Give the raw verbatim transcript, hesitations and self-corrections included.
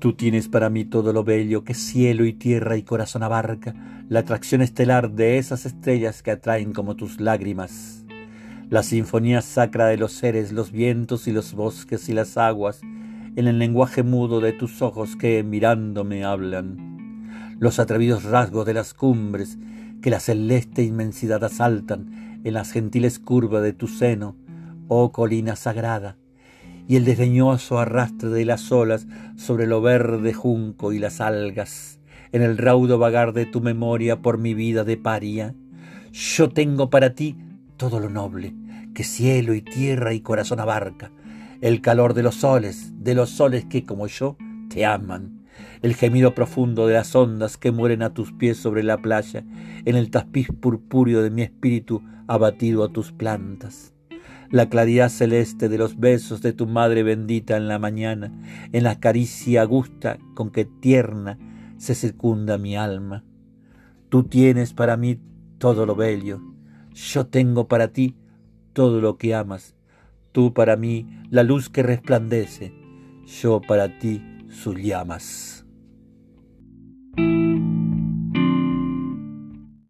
Tú tienes para mí todo lo bello que cielo y tierra y corazón abarca, la atracción estelar de esas estrellas que atraen como tus lágrimas, la sinfonía sacra de los seres, los vientos y los bosques y las aguas, en el lenguaje mudo de tus ojos que mirándome hablan, los atrevidos rasgos de las cumbres que la celeste inmensidad asaltan en las gentiles curvas de tu seno, oh colina sagrada, y el desdeñoso arrastre de las olas sobre lo verde junco y las algas, en el raudo vagar de tu memoria por mi vida de paria. Yo tengo para ti todo lo noble que cielo y tierra y corazón abarca, el calor de los soles, de los soles que como yo te aman, el gemido profundo de las ondas que mueren a tus pies sobre la playa, en el tapiz purpúreo de mi espíritu abatido a tus plantas, la claridad celeste de los besos de tu madre bendita en la mañana, en la caricia gusta con que tierna se circunda mi alma. Tú tienes para mí todo lo bello, yo tengo para ti todo lo que amas, tú para mí la luz que resplandece, yo para ti sus llamas.